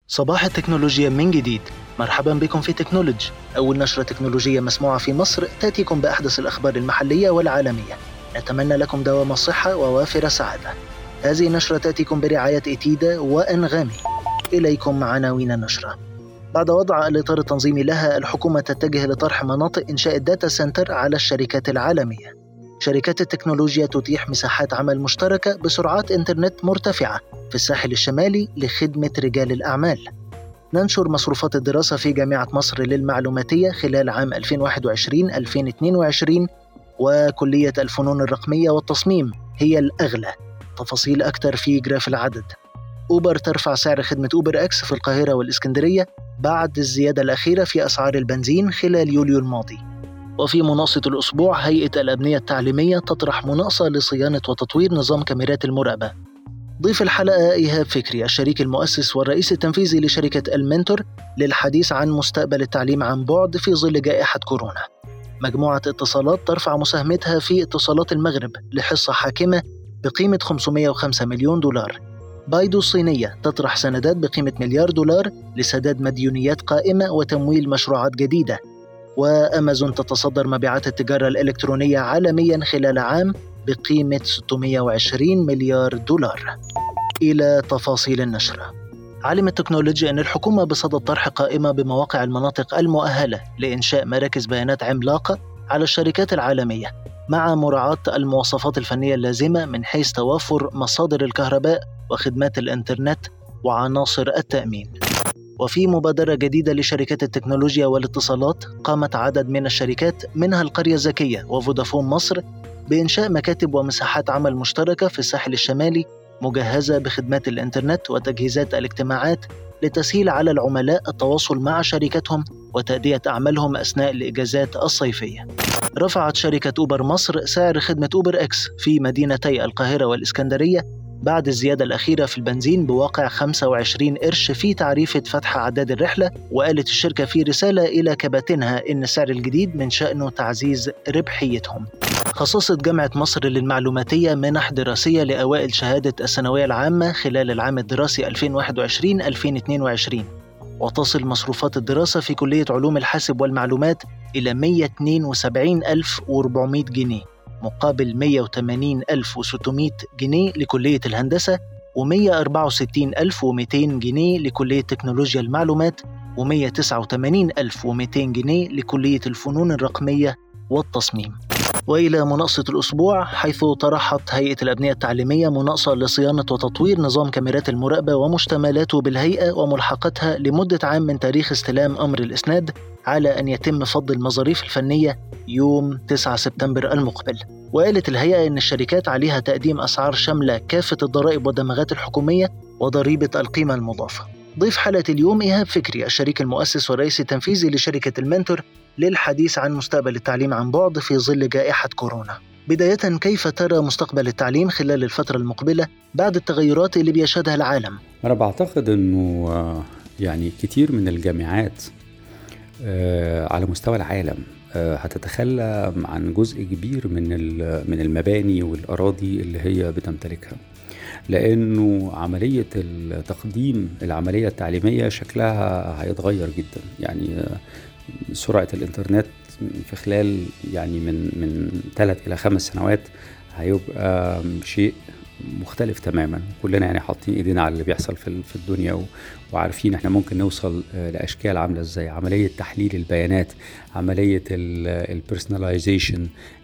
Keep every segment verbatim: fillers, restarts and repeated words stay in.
صباح التكنولوجيا من جديد. مرحبا بكم في تكنولوجي، أول نشرة تكنولوجية مسموعة في مصر تأتيكم بأحدث الأخبار المحلية والعالمية. نتمنى لكم دوام الصحة ووافر سعادة. هذه النشرة تأتيكم برعاية إتيدا وأنغامي. إليكم عناوين النشرة. بعد وضع الإطار التنظيمي لها، الحكومة تتجه لطرح مناطق إنشاء الداتا سنتر على الشركات العالمية. شركات التكنولوجيا تتيح مساحات عمل مشتركة بسرعات إنترنت مرتفعة في الساحل الشمالي لخدمة رجال الأعمال. ننشر مصروفات الدراسة في جامعة مصر للمعلوماتية خلال عام ألفين وواحد وعشرين ألفين واثنين وعشرين، وكلية الفنون الرقمية والتصميم هي الأغلى. تفاصيل أكثر في جراف العدد. أوبر ترفع سعر خدمة أوبر إكس في القاهرة والإسكندرية بعد الزيادة الأخيرة في أسعار البنزين خلال يوليو الماضي. وفي مناقصة الأسبوع، هيئة الأبنية التعليمية تطرح مناقصة لصيانة وتطوير نظام كاميرات المراقبة. ضيف الحلقة إيهاب فكري، الشريك المؤسس والرئيس التنفيذي لشركة المنتور، للحديث عن مستقبل التعليم عن بعد في ظل جائحة كورونا. مجموعة اتصالات ترفع مساهمتها في اتصالات المغرب لحصة حاكمة بقيمة خمسمائة وخمسة مليون دولار. بايدو الصينية تطرح سندات بقيمة مليار دولار لسداد مديونيات قائمة وتمويل مشروعات جديدة. وأمازون تتصدر مبيعات التجارة الإلكترونية عالمياً خلال عام بقيمة ستمائة وعشرين مليار دولار. إلى تفاصيل النشرة. علم التكنولوجيا أن الحكومة بصدد طرح قائمة بمواقع المناطق المؤهلة لإنشاء مراكز بيانات عملاقة على الشركات العالمية، مع مراعاة المواصفات الفنية اللازمة من حيث توافر مصادر الكهرباء وخدمات الإنترنت وعناصر التأمين. وفي مبادرة جديدة لشركات التكنولوجيا والاتصالات، قامت عدد من الشركات منها القرية الذكية وفودافون مصر بإنشاء مكاتب ومساحات عمل مشتركة في الساحل الشمالي مجهزة بخدمات الإنترنت وتجهيزات الاجتماعات لتسهيل على العملاء التواصل مع شركتهم وتأدية أعمالهم أثناء الإجازات الصيفية. رفعت شركة أوبر مصر سعر خدمة أوبر إكس في مدينتي القاهرة والإسكندرية بعد الزيادة الأخيرة في البنزين بواقع خمسة وعشرين قرش في تعريفة فتح أعداد الرحلة. وقالت الشركة في رسالة إلى كباتنها إن السعر الجديد من شأنه تعزيز ربحيتهم. خصصت جامعة مصر للمعلوماتية منح دراسية لأوائل شهادة الثانوية العامة خلال العام الدراسي ألفين وواحد وعشرين ألفين واثنين وعشرين، وتصل مصروفات الدراسة في كلية علوم الحاسب والمعلومات إلى مائة واثنين وسبعين ألف وأربعمائة جنيه، مقابل مائة وثمانين ألف وستمائة جنيه لكلية الهندسة، ومائة وأربعة وستين ألف ومئتين جنيه لكلية تكنولوجيا المعلومات، ومائة وتسعة وثمانين ألف ومئتين جنيه لكلية الفنون الرقمية والتصميم. وإلى مناقصة الأسبوع، حيث طرحت هيئة الأبنية التعليمية مناقصة لصيانة وتطوير نظام كاميرات المراقبة ومشتملاته بالهيئة وملحقاتها لمدة عام من تاريخ استلام أمر الإسناد، على أن يتم فض المظاريف الفنية يوم تسعة سبتمبر المقبل. وقالت الهيئة أن الشركات عليها تقديم أسعار شاملة كافة الضرائب والدمغات الحكومية وضريبة القيمة المضافة. ضيف حلقة اليوم إيهاب فكري، الشريك المؤسس والرئيس التنفيذي لشركة المنتور، للحديث عن مستقبل التعليم عن بعد في ظل جائحة كورونا. بداية، كيف ترى مستقبل التعليم خلال الفترة المقبلة بعد التغيرات اللي بيشهدها العالم؟ أنا بعتقد أنه يعني كتير من الجامعات على مستوى العالم هتتخلى عن جزء كبير من من المباني والأراضي اللي هي بتمتلكها، لأنه عملية التقديم العملية التعليمية شكلها هيتغير جدا. يعني سرعة الإنترنت في خلال يعني من من ثلاث إلى خمس سنوات هيبقى شيء مختلف تماما. كلنا يعني حاطين ايدينا على اللي بيحصل في في الدنيا، وعارفين احنا ممكن نوصل لاشكال عامله ازاي. عمليه تحليل البيانات، عمليه البيرسوناليزيشن،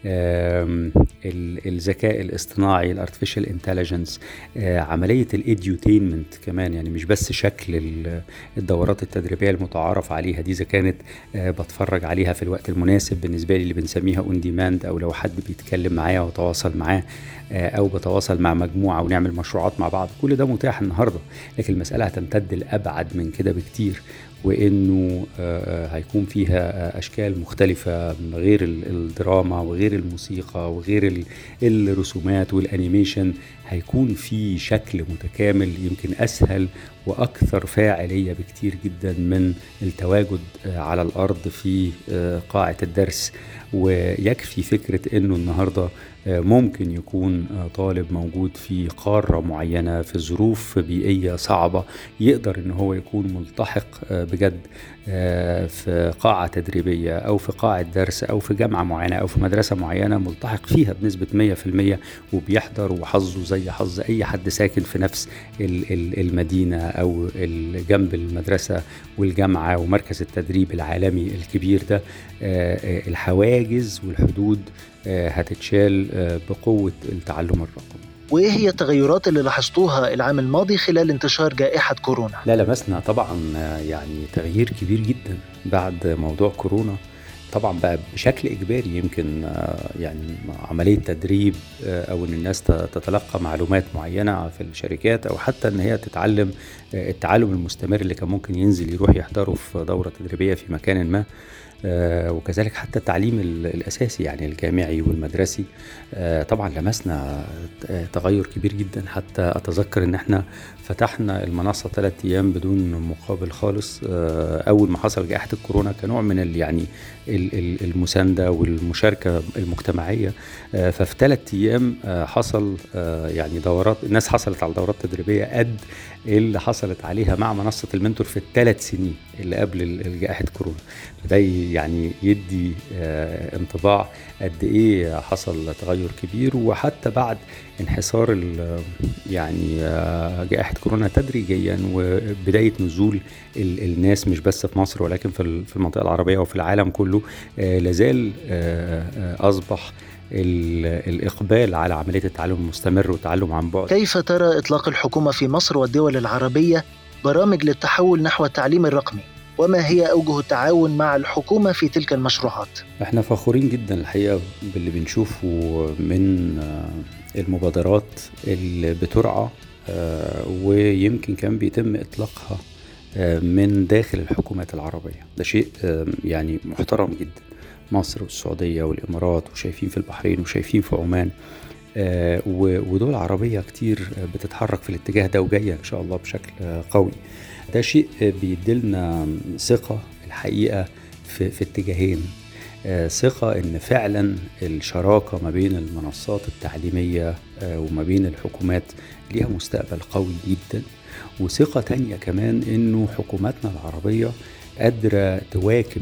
الذكاء الاصطناعي، الارتفيشال انتليجنس، عمليه الاديوتينمنت كمان. يعني مش بس شكل الدورات التدريبيه المتعارف عليها دي، اذا كانت بتفرج عليها في الوقت المناسب بالنسبه لي اللي بنسميها اون ديماند، او لو حد بيتكلم معايا وتواصل معاه، او بتواصل مع مجموعه ونعمل مشروعات مع بعض. كل ده متاح النهارده، لكن المساله هتمتد لابعد من كده بكتير، وانه هيكون فيها اشكال مختلفه غير الدراما وغير الموسيقى وغير الرسومات والانيميشن. هيكون في شكل متكامل يمكن أسهل وأكثر فاعلية بكتير جدا من التواجد على الأرض في قاعة الدرس. ويكفي فكرة أنه النهاردة ممكن يكون طالب موجود في قارة معينة في ظروف بيئية صعبة يقدر أنه هو يكون ملتحق بجد في قاعة تدريبية أو في قاعة درس أو في جامعة معينة أو في مدرسة معينة ملتحق فيها بنسبة مية في المية وبيحضر وحظه زي حظ أي حد ساكن في نفس المدينة أو جنب المدرسة والجامعة ومركز التدريب العالمي الكبير ده. الحواجز والحدود هتتشال بقوة التعلم الرقمي. وإيه هي التغيرات اللي لاحظتوها العام الماضي خلال انتشار جائحة كورونا؟ لا لمسنا طبعا يعني تغيير كبير جدا بعد موضوع كورونا. طبعا بقى بشكل إجباري يمكن يعني عملية تدريب أو أن الناس تتلقى معلومات معينة في الشركات أو حتى أن هي تتعلم التعلم المستمر اللي كان ممكن ينزل يروح يحضره في دورة تدريبية في مكان ما. آه وكذلك حتى التعليم الأساسي يعني الجامعي والمدرسي. آه طبعا لمسنا تغير كبير جدا. حتى أتذكر أن احنا فتحنا المنصة ثلاثة أيام بدون مقابل خالص آه أول ما حصل جائحة الكورونا كنوع من يعني المساندة والمشاركة المجتمعية. آه ففي ثلاثة أيام آه حصل آه يعني دورات الناس حصلت على دورات تدريبية قد اللي حصلت عليها مع منصة المنتور في الثلاث سنين اللي قبل جائحة كورونا. ده يعني يدي آه انطباع قد ايه حصل تغير كبير. وحتى بعد انحصار يعني آه جائحة كورونا تدريجيا وبداية نزول الناس مش بس في مصر ولكن في المنطقة العربية وفي العالم كله آه لازال آه أصبح الإقبال على عملية التعلم المستمر والتعلم عن بعد. كيف ترى إطلاق الحكومة في مصر والدول العربية برامج للتحول نحو التعليم الرقمي؟ وما هي أوجه التعاون مع الحكومة في تلك المشروعات؟ احنا فخورين جدا الحقيقة باللي بنشوفه من المبادرات اللي بترعى ويمكن كان بيتم إطلاقها من داخل الحكومات العربية. ده شيء يعني محترم جدا. مصر والسعودية والإمارات وشايفين في البحرين وشايفين في عمان آه ودول عربية كتير بتتحرك في الاتجاه ده وجاية إن شاء الله بشكل قوي. ده شيء بيدلنا ثقة الحقيقة في, في اتجاهين. آه ثقة إن فعلا الشراكة ما بين المنصات التعليمية آه وما بين الحكومات ليها مستقبل قوي جدا. وثقة تانية كمان إنه حكوماتنا العربية قادرة تواكب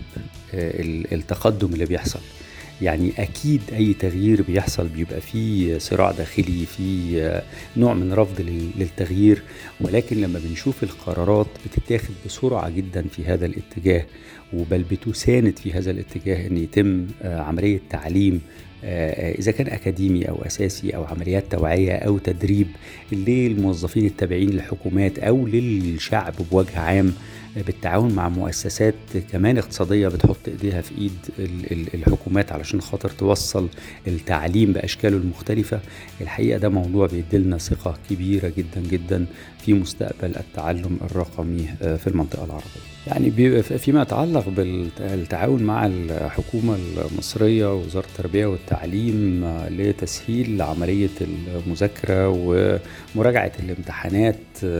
التقدم اللي بيحصل. يعني أكيد أي تغيير بيحصل بيبقى فيه صراع داخلي، فيه نوع من رفض للتغيير، ولكن لما بنشوف القرارات بتتاخد بسرعة جدا في هذا الاتجاه وبل بتساند في هذا الاتجاه أن يتم عملية تعليم إذا كان أكاديمي أو أساسي أو عمليات توعية أو تدريب للموظفين التابعين للحكومات أو للشعب بوجه عام بالتعاون مع مؤسسات كمان اقتصادية بتحط إيديها في إيد الحكومات علشان خاطر توصل التعليم بأشكاله المختلفة. الحقيقة ده موضوع بيدلنا ثقة كبيرة جدا جدا في مستقبل التعلم الرقمي في المنطقة العربية. يعني فيما يتعلق بالتعاون مع الحكومة المصرية ووزارة التربية والتعليم لتسهيل عملية المذاكرة ومراجعة الامتحانات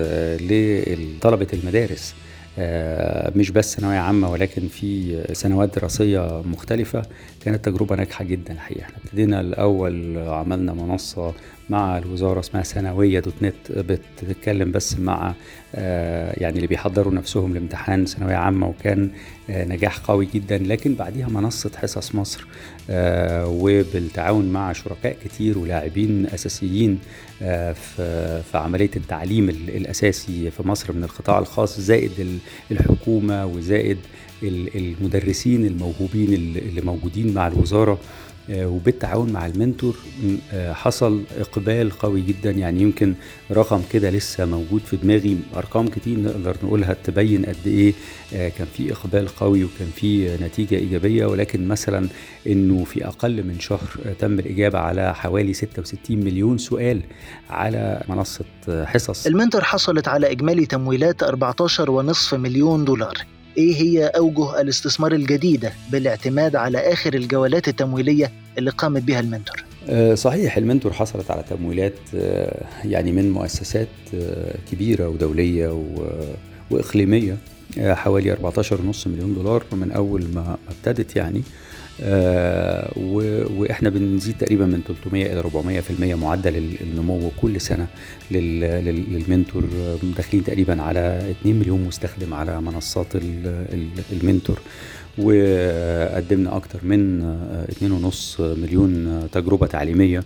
لطلبة المدارس مش بس ثانوية عامة ولكن في سنوات دراسية مختلفة، كانت تجربة ناجحة جدا الحقيقة. احنا ابتدينا الأول عملنا منصة مع الوزارة اسمها ثانوية دوت نت بتتكلم بس مع يعني اللي بيحضروا نفسهم لامتحان ثانوية عامة، وكان نجاح قوي جدا. لكن بعديها منصة حصص مصر وبالتعاون مع شركاء كتير ولاعبين أساسيين في عملية التعليم الأساسي في مصر من القطاع الخاص زائد الحكومة وزائد المدرسين الموهوبين اللي موجودين مع الوزارة، وبالتعاون مع المنتور حصل إقبال قوي جدا. يعني يمكن رقم كده لسه موجود في دماغي، أرقام كتير نقدر نقولها تبين قد إيه كان في إقبال قوي وكان في نتيجة إيجابية. ولكن مثلا إنه في أقل من شهر تم الإجابة على حوالي ستة وستين مليون سؤال على منصة حصص. المنتور حصلت على إجمالي تمويلات أربعة عشر ونصف مليون دولار. إيه هي أوجه الاستثمار الجديدة بالاعتماد على آخر الجولات التمويلية اللي قامت بها المنتور؟ آه، صحيح المنتور حصلت على تمويلات آه، يعني من مؤسسات آه، كبيرة ودولية و- وإقليمية، آه، حوالي أربعتاشر فاصلة خمسة مليون دولار من أول ما ما ابتدت يعني. آه، و- وإحنا بنزيد تقريبا من ثلاثمية إلى أربعمية في المية معدل ال- النمو كل سنة لل- لل- للمنتور. آه، داخلين تقريبا على اتنين مليون مستخدم على منصات ال- ال- المنتور، وقدمنا أكتر من آه، اتنين ونص مليون آه، تجربة تعليمية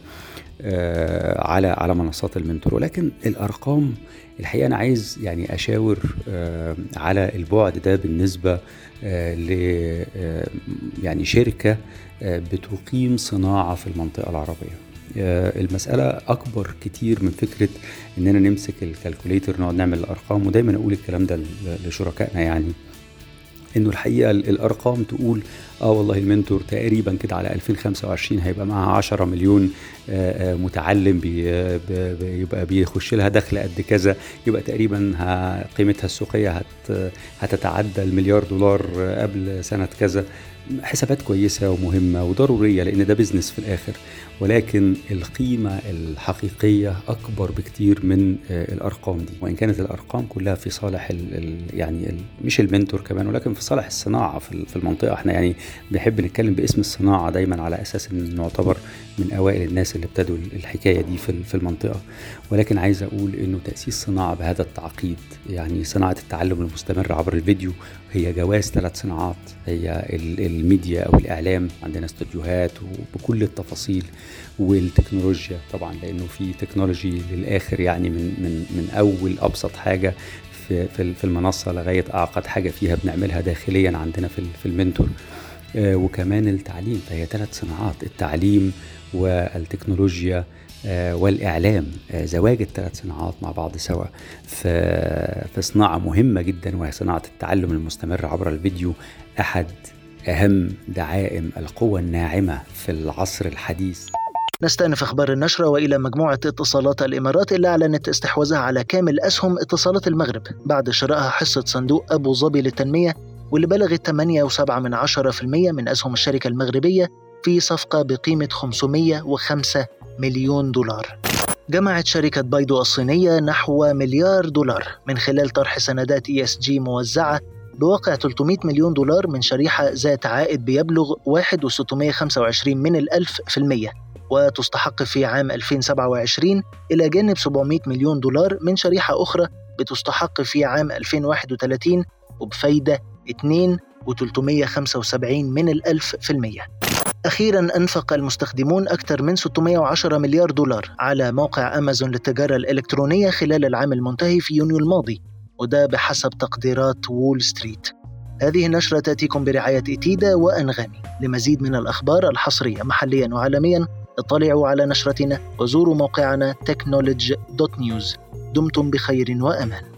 آه، على على منصات المنتور. ولكن الأرقام الحقيقة أنا عايز يعني أشاور آه، على البعد ده بالنسبة آه، ل آه، يعني شركة آه، بتقيم صناعة في المنطقة العربية. آه، المسألة أكبر كتير من فكرة إننا نمسك الكالكوليتر نقعد نعمل الأرقام. ودايما أقول الكلام ده ل- لشركائنا، يعني انه الحقيقه ال- الارقام تقول اه والله المنتور تقريبا كده على ألفين وخمسة وعشرين هيبقى معها عشرة مليون آه، آه، متعلم، بي آه، ب- بيبقى بيخش لها دخل قد كذا، يبقى تقريبا ه- قيمتها السوقيه هت هتتعدى المليار دولار آه، قبل سنه كذا. حسابات كويسه ومهمه وضروريه لان ده بيزنس في الاخر، ولكن القيمه الحقيقيه اكبر بكتير من آه، الارقام دي. وان كانت الارقام كلها في صالح ال ال يعني ال مش المنتور كمان، ولكن في صالح الصناعه في ال- في المنطقه. احنا يعني بنحب نتكلم باسم الصناعه دايما على اساس ان نعتبر من اوائل الناس اللي ابتدوا الحكايه دي في ال- في المنطقه. ولكن عايز اقول انه تاسيس صناعه بهذا التعقيد، يعني صناعه التعلم المستمر عبر الفيديو، هي جواز ثلاث صناعات، هي ال- الميديا او الاعلام، عندنا استوديوهات وبكل التفاصيل، والتكنولوجيا طبعا لانه في تكنولوجي للاخر، يعني من من من اول ابسط حاجه في في في المنصه لغايه اعقد حاجه فيها بنعملها داخليا عندنا في ال- في المنتور. آه، وكمان التعليم، فهي ثلاث صناعات: التعليم والتكنولوجيا آه، والإعلام، آه، زواج الثلاث صناعات مع بعض سوا في في صناعة مهمة جدا، وهي صناعة التعلم المستمر عبر الفيديو، أحد أهم دعائم القوة الناعمة في العصر الحديث. نستأنف أخبار النشرة وإلى مجموعة اتصالات الإمارات اللي أعلنت استحواذها على كامل أسهم اتصالات المغرب بعد شرائها حصة صندوق أبو ظبي للتنمية، واللي بلغت ثمانية فاصلة سبعة من عشرة في المية من أسهم الشركة المغربية في صفقة بقيمة خمسمية وخمسة مليون دولار. جمعت شركة بايدو الصينية نحو مليار دولار من خلال طرح سندات إي إس جي موزعة بواقع ثلاثمية مليون دولار من شريحة ذات عائد بيبلغ واحد فاصلة ستمية وخمسة وعشرين من الألف في المية، وتستحق في عام ألفين وسبعة وعشرين إلى جانب سبعمية مليون دولار من شريحة أخرى بتستحق في عام ألفين وواحد وثلاثين وبفايدة اثنين فاصلة ثلاثمية وخمسة وسبعين من الألف في المية. أخيراً أنفق المستخدمون أكثر من ستمية وعشرة مليار دولار على موقع أمازون للتجارة الإلكترونية خلال العام المنتهي في يونيو الماضي، وده بحسب تقديرات وول ستريت. هذه النشرة تأتيكم برعاية إتيدا وأنغامي. لمزيد من الأخبار الحصرية محلياً وعالمياً اطلعوا على نشرتنا وزوروا موقعنا تكنولوجي دوت نيوز. دمتم بخير وأمان.